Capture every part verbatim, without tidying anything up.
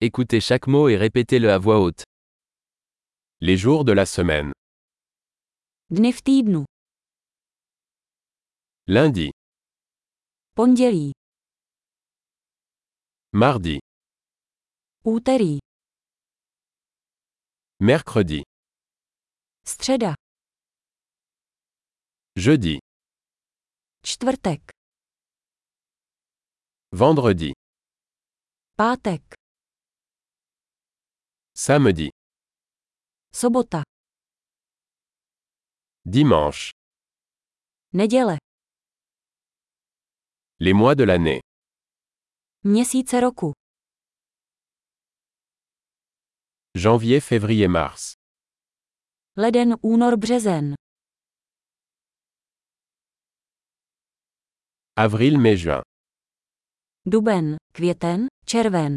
Écoutez chaque mot et répétez-le à voix haute. Les jours de la semaine. Dny v týdnu. Lundi, Pondělí. mardi, Úterý. mercredi, Středa. jeudi, Čtvrtek. vendredi, Pátek. samedi, Sobota. dimanche. Neděle. Les mois de l'année. Měsíce roku. Janvier, février, mars. Leden, únor, březen. Avril, mai, juin. Duben, květen, červen.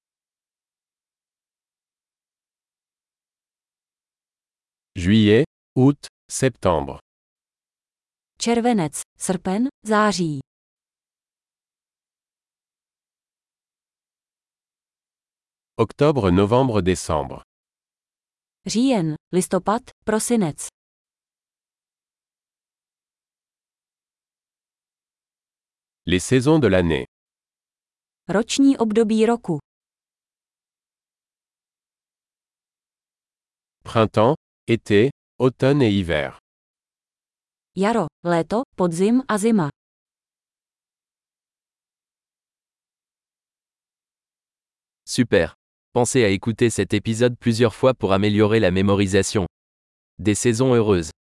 Juillet, août, septembre. Červenec, srpen, září. Octobre, novembre, décembre. Říjen, listopad, prosinec. Les saisons de l'année. Roční období roku. Printemps, été, automne et hiver. Jaro, léto, podzim a zima. Super. Pensez à écouter cet épisode plusieurs fois pour améliorer la mémorisation. Des saisons heureuses.